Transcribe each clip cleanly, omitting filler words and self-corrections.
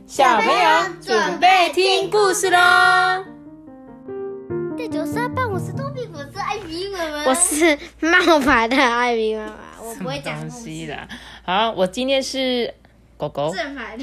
小朋友准备听故事咯。 第93班，我是多比，我是艾比妈妈， 我是冒牌的艾比妈妈，我不会讲东西啦。好，我今天是狗狗， 正牌的。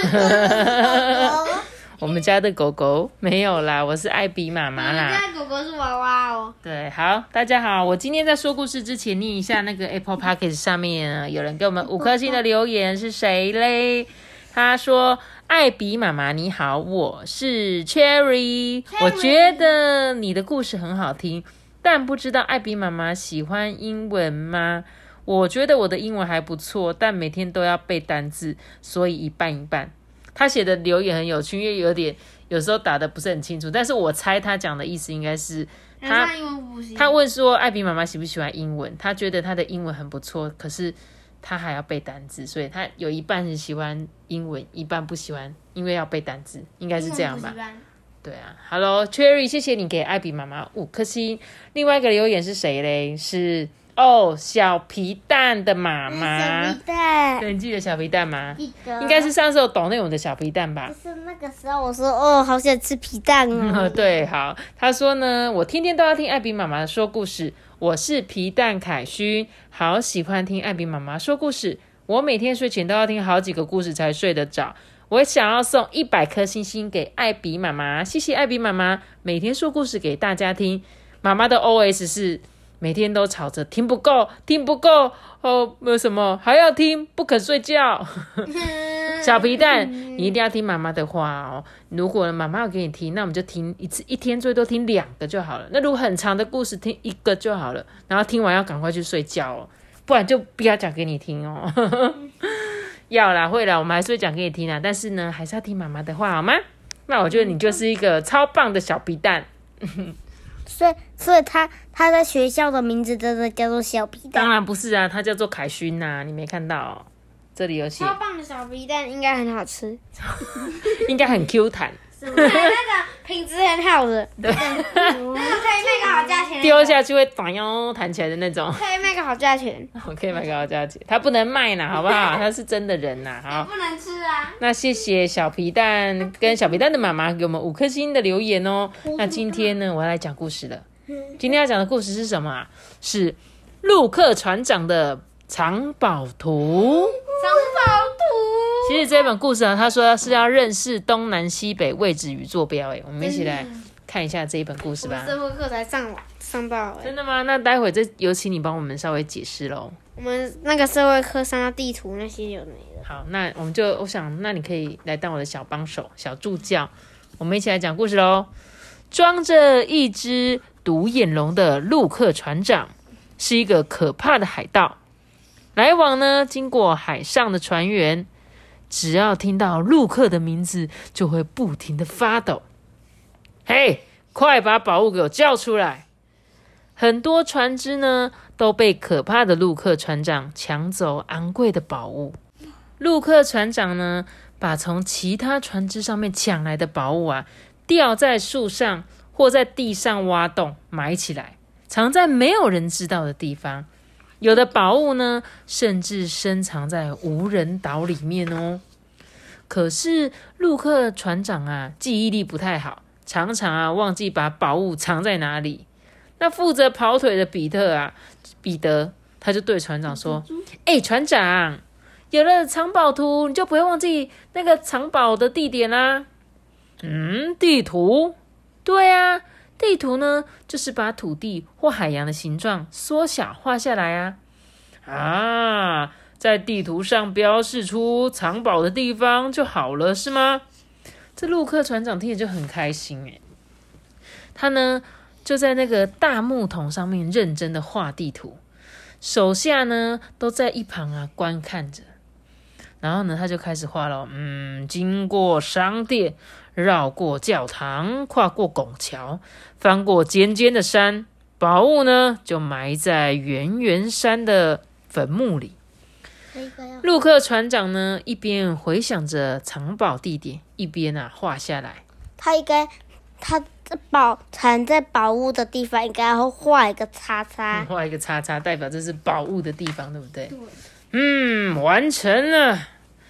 我们家的狗狗没有啦，我是艾比妈妈啦。 我们家的狗狗是娃娃哦。 对，好，大家好，我今天在说故事之前念一下那个 Apple Podcast 上面有人给我们5颗星的留言是谁嘞？他说：“艾比妈妈你好，我是 Cherry， 我觉得你的故事很好听，但不知道艾比妈妈喜欢英文吗？我觉得我的英文还不错，但每天都要背单字，所以一半一半。”他写的留言很有趣，因为有时候打的不是很清楚，但是我猜他讲的意思应该是他问说艾比妈妈喜不喜欢英文，他觉得他的英文很不错，可是他还要背单字，所以他有一半是喜欢英文，一半不喜欢，因为要背单字，应该是这样吧。对啊 ，Hello Cherry， 谢谢你给艾比妈妈5颗星。另外一个留言是谁嘞？是小皮蛋的妈妈。 小皮蛋， 对，你记得小皮蛋吗？ 记得， 应该是上次有抖内容的小皮蛋吧？ 就是那个时候我说好想吃皮蛋哦。 对，好，他说呢，我天天都要听艾比妈妈说故事。我是皮蛋凯勋，好喜欢听艾比妈妈说故事。我每天睡前都要听好几个故事才睡得着。我想要送100颗星星给艾比妈妈，谢谢艾比妈妈每天说故事给大家听。妈妈的 OS 是每天都吵着听不够没有什么还要听，不肯睡觉。小皮蛋，你一定要听妈妈的话哦。如果妈妈要给你听，那我们就听一天最多听2个就好了。那如果很长的故事，听1个就好了。然后听完要赶快去睡觉哦，不然就不要讲给你听哦。要啦，会啦，我们还是会讲给你听啦。但是呢，还是要听妈妈的话好吗？那我觉得你就是一个超棒的小皮蛋。 所以他在学校的名字真的叫做小皮蛋？ 当然不是啊，他叫做凯勋呐，你没看到哦？这里有写。 超棒的小皮蛋应该很好吃， 应该很 Q 弹。 那个品质很好的， 对， 可以卖个好价钱， 丢下去会弹起来的那种。 可以卖个好价钱， 我可以卖个好价钱，他不能卖啦，好不好？他是真的人呐，好。 不能吃啊。 那谢谢小皮蛋跟小皮蛋的妈妈给我们5颗星的留言哦。那今天呢，我要来讲故事了。今天要讲的故事是什么啊？是陆克船长的藏宝图。其实这本故事啊，他说是要认识东南西北位置与坐标。我们一起来看一下这一本故事吧。 社会课才上到真的吗？那待会有请你帮我们稍微解释咯。 我们那个社会课上到地图那些有没的。 好，那我想，那你可以来当我的小帮手、小助教，我们一起来讲故事咯。装着一只独眼龙的陆克船长是一个可怕的海盗。来往呢，经过海上的船员，只要听到陆克的名字，就会不停的发抖。嘿，快把宝物给我叫出来！很多船只呢，都被可怕的陆克船长抢走昂贵的宝物。陆克船长呢，把从其他船只上面抢来的宝物啊，吊在树上或在地上挖洞埋起来，藏在没有人知道的地方。有的宝物呢，甚至深藏在无人岛里面哦。可是陆克船长啊，记忆力不太好，常常忘记把宝物藏在哪里。那负责跑腿的彼得他就对船长说：“船长，有了藏宝图，你就不会忘记那个藏宝的地点啦。”地图？对啊，地图呢，就是把土地或海洋的形状缩小画下来啊。在地图上标示出藏宝的地方就好了，是吗？这陆克船长听着就很开心耶。他呢，就在那个大木桶上面认真的画地图，手下呢都在一旁观看着。然后呢，他就开始画了。经过商店，绕过教堂，跨过拱桥，翻过尖尖的山，宝物呢就埋在圆圆山的坟墓里。陆克船长呢，一边回想着藏宝地点，一边画下来。 他藏在宝物的地方应该要画一个叉叉， 画一个叉叉，代表这是宝物的地方，对不对？完成了。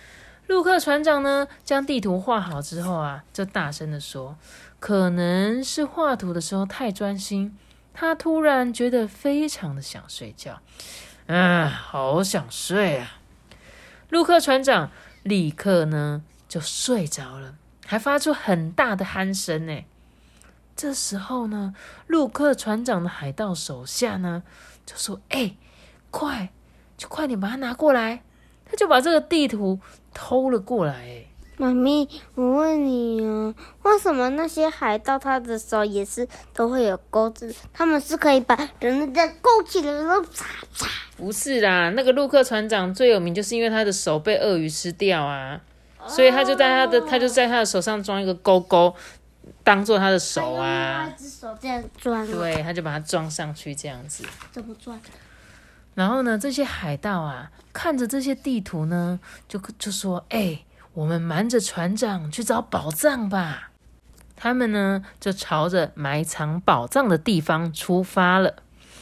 陆克船长呢，将地图画好之后啊，就大声的说：“可能是画图的时候太专心，他突然觉得非常的想睡觉。好想睡啊！”陆克船长立刻呢就睡着了，还发出很大的鼾声呢。这时候呢，陆克船长的海盗手下呢就说：“快点把它拿过来！”他就把这个地图偷了过来。 妈咪，我问你哦，为什么那些海盗他的手也是都会有钩子？他们是可以把人这样勾起来，然后嚓嚓。 不是啦，那个陆克船长最有名，就是因为他的手被鳄鱼吃掉啊，所以他就在他的手上装一个钩钩，当做他的手啊。 一只手这样转。 对，他就把它装上去这样子。 怎么转？ 然后呢，这些海盗啊，看着这些地图呢，就说：“我们瞒着船长去找宝藏吧。”他们呢，就朝着埋藏宝藏的地方出发了。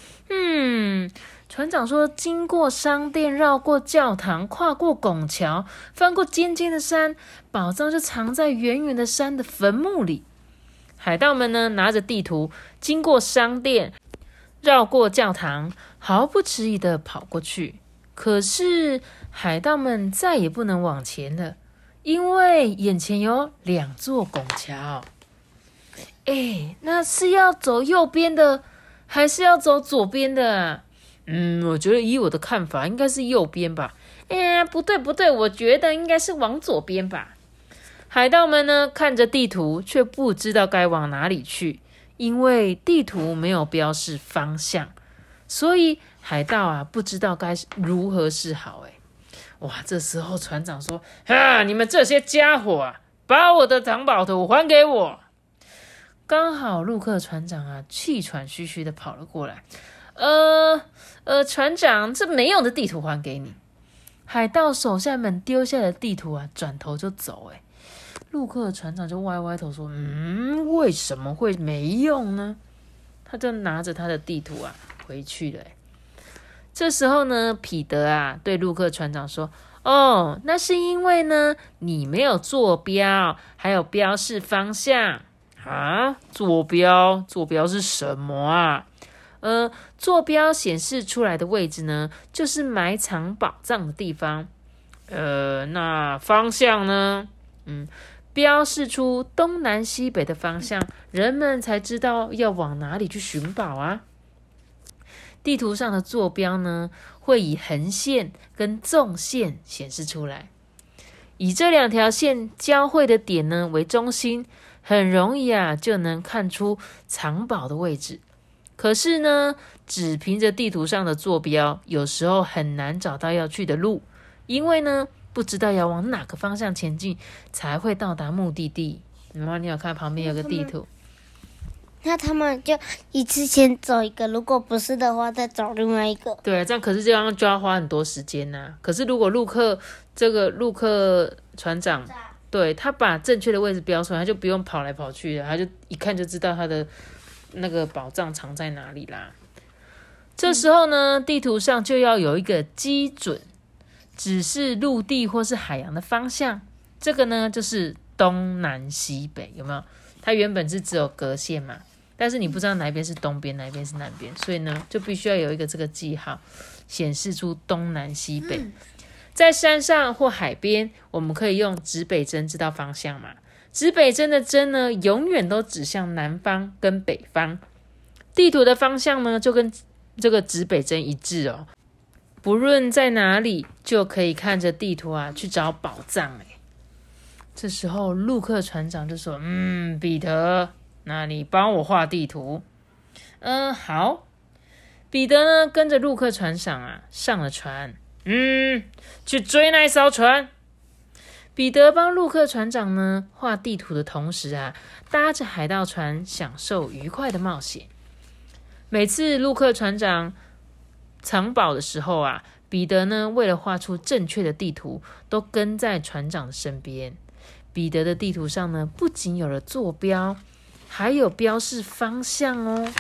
船长说：“经过商店，绕过教堂，跨过拱桥，翻过尖尖的山，宝藏就藏在远远的山的坟墓里。”海盗们呢，拿着地图，经过商店，绕过教堂，毫不迟疑地跑过去。可是海盗们再也不能往前了，因为眼前有2座拱桥。那是要走右边的，还是要走左边的啊？我觉得以我的看法，应该是右边吧。不对，我觉得应该是往左边吧。海盗们呢，看着地图，却不知道该往哪里去，因为地图没有标示方向，所以海盗啊，不知道该如何是好。这时候船长说：“你们这些家伙啊，把我的藏宝图还给我！”刚好陆克船长啊，气喘吁吁的跑了过来。船长，这没用的地图还给你。海盗手下们丢下了地图啊，转头就走。陆克船长就歪歪头说：“为什么会没用呢？”他就拿着他的地图啊回去了。这时候呢，彼得啊对陆克船长说：“那是因为呢你没有坐标，还有标示方向啊。坐标是什么啊？坐标显示出来的位置呢，就是埋藏宝藏的地方。那方向呢？标示出东南西北的方向，人们才知道要往哪里去寻宝啊。地图上的坐标呢，会以横线跟纵线显示出来，以这2条线交汇的点呢为中心，很容易啊就能看出藏宝的位置。可是呢，只凭着地图上的坐标，有时候很难找到要去的路，因为呢，不知道要往哪个方向前进才会到达目的地。然后你有看旁边有个地图， 那他们就一次先走一个，如果不是的话，再找另外一个。 对，这样可是这样就要花很多时间呐。可是如果陆克船长，对，他把正确的位置标出来，他就不用跑来跑去的，他就一看就知道他的那个宝藏藏在哪里啦。这时候呢，地图上就要有一个基准，指示陆地或是海洋的方向。这个呢，就是东南西北，有没有？它原本是只有隔线嘛，但是你不知道哪一边是东边，哪一边是南边，所以呢，就必须要有一个这个记号，显示出东南西北。在山上或海边，我们可以用指北针知道方向嘛。指北针的针呢，永远都指向南方跟北方。地图的方向呢，就跟这个指北针一致哦。不论在哪里，就可以看着地图啊去找宝藏。这时候陆克船长就说：“彼得，那你帮我画地图。”好。彼得呢，跟着陆克船长啊上了船。去追那艘船。彼得帮陆克船长呢画地图的同时啊，搭着海盗船享受愉快的冒险。每次陆克船长藏宝的时候啊，彼得呢为了画出正确的地图，都跟在船长的身边。彼得的地图上呢，不仅有了坐标，还有标示方向哦。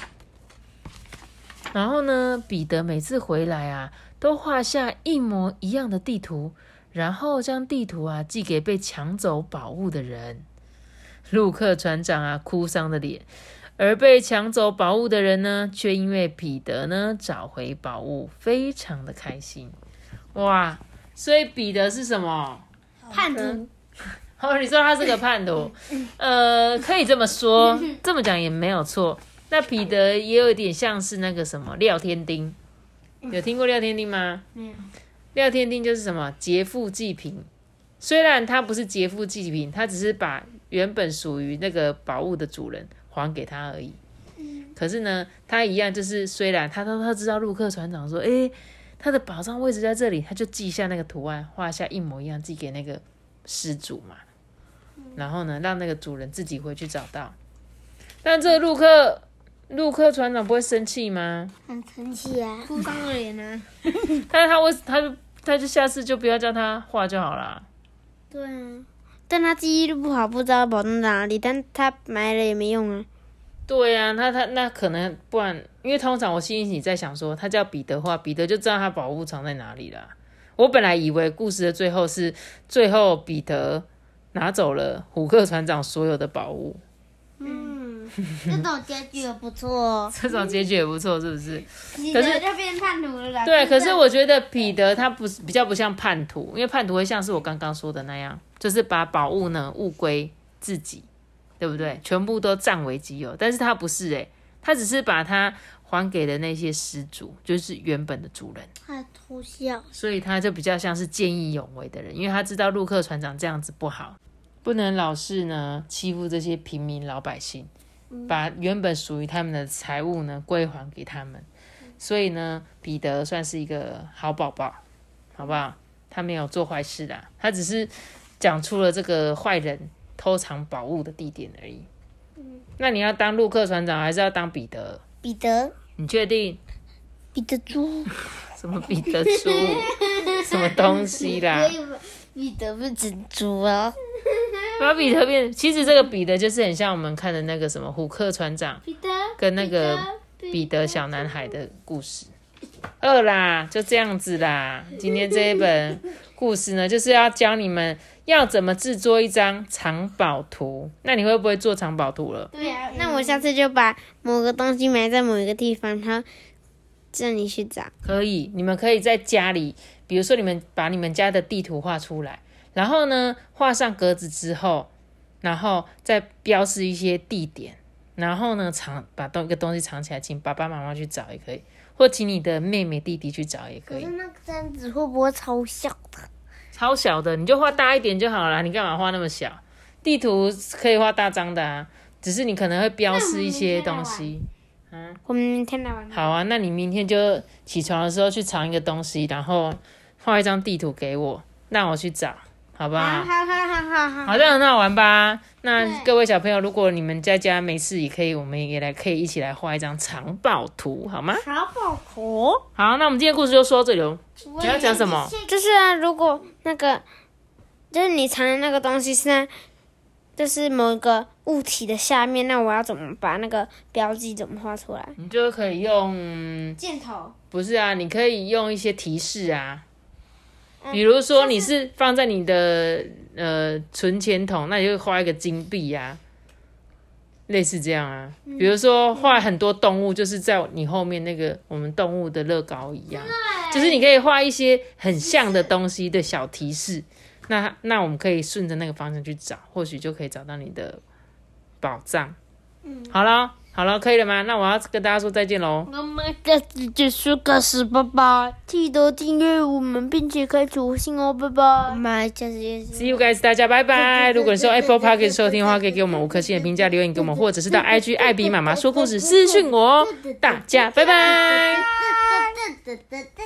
然后呢，彼得每次回来啊，都画下一模一样的地图， 然后将地图啊寄给被抢走宝物的人。陆克船长啊哭丧的脸，而被抢走宝物的人呢，却因为彼得呢找回宝物，非常的开心。哇，所以彼得是什么？ 叛徒。 哦，你说他是个叛徒，可以这么说，这么讲也没有错。那彼得也有点像是那个什么廖天丁，有听过廖天丁吗？ 没有。 廖天丁就是什么劫富济贫，虽然他不是劫富济贫，他只是把原本属于那个宝物的主人还给他而已。可是呢，他一样就是虽然他知道陆克船长说，他的宝藏位置在这里，他就记下那个图案，画下一模一样，寄给那个失主嘛。然后呢，让那个主人自己回去找到。但这个陆克船长不会生气吗？ 很生气啊！ 哭丧的脸啊！ 但是他就下次就不要叫他画就好啦。 对啊，但他记忆力不好，不知道宝藏在哪里，但他埋了也没用啊。 对啊，他那可能不然，因为通常我心里在想说，他叫彼得画，彼得就知道他宝物藏在哪里啦。我本来以为故事的最后彼得拿走了虎克船长所有的宝物。 这种结局也不错。 这种结局也不错，是不是？ 彼得就变叛徒了啦。 对，可是我觉得彼得他比较不像叛徒，因为叛徒会像是我刚刚说的那样，就是把宝物呢物归自己，对不对？全部都占为己有。但是他不是他只是把它还给了那些失主，就是原本的主人。 他偷笑， 所以他就比较像是见义勇为的人，因为他知道陆克船长这样子不好，不能老是呢欺负这些平民老百姓。把原本属于他们的财物呢归还给他们，所以呢，彼得算是一个好宝宝，好不好？他没有做坏事啦，他只是讲出了这个坏人偷藏宝物的地点而已。那你要当陆克船长，还是要当彼得？ 彼得， 你确定？ 彼得猪， 什么彼得猪？什么东西啦？ 彼得不是猪啊。 把彼得变，其实这个彼得就是很像我们看的那个什么虎克船长跟那个彼得小男孩的故事。啦，就这样子啦。今天这一本故事呢，就是要教你们要怎么制作一张藏宝图。那你会不会做藏宝图了？ 对啊，那我下次就把某个东西埋在某一个地方，然后叫你去找。 可以，你们可以在家里，比如说你们把你们家的地图画出来。然后呢，画上格子之后，然后再标示一些地点，然后呢，把一个东西藏起来，请爸爸妈妈去找也可以，或请你的妹妹弟弟去找也可以。 可是那个张纸会不会超小的？ 超小的，你就画大一点就好了，你干嘛画那么小？地图可以画大张的啊，只是你可能会标示一些东西。 我们明天来玩。 好啊，那你明天就起床的时候去藏一个东西，然后画一张地图给我，让我去找。好不好？好像很好玩吧？那各位小朋友，如果你们在家没事，也可以，我们也可以一起来画一张藏宝图，好吗？ 藏宝图。 好，那我们今天故事就说到这里喽。你要讲什么？ 就是啊，如果那个就是你藏的那个东西是在就是某一个物体的下面，那我要怎么把那个标记怎么画出来？ 你就可以用箭头。 不是啊，你可以用一些提示啊。比如说你是放在你的存钱筒，那你就画一个金币啊，类似这样啊。比如说画很多动物，就是在你后面那个我们动物的乐高一样，就是你可以画一些很像的东西的小提示。那我们可以顺着那个方向去找，或许就可以找到你的宝藏。好了，可以了吗？那我要跟大家说再见喽。 我们这次结束开始，拜拜！记得订阅我们，并且开启5星哦，拜拜！我们下次见 See you guys， 大家拜拜！如果你是用 Apple Podcast 收听的话，可以给我们5颗星的评价，留言给我们，或者是到 IG 艾比妈妈说故事私讯我哦。大家拜拜。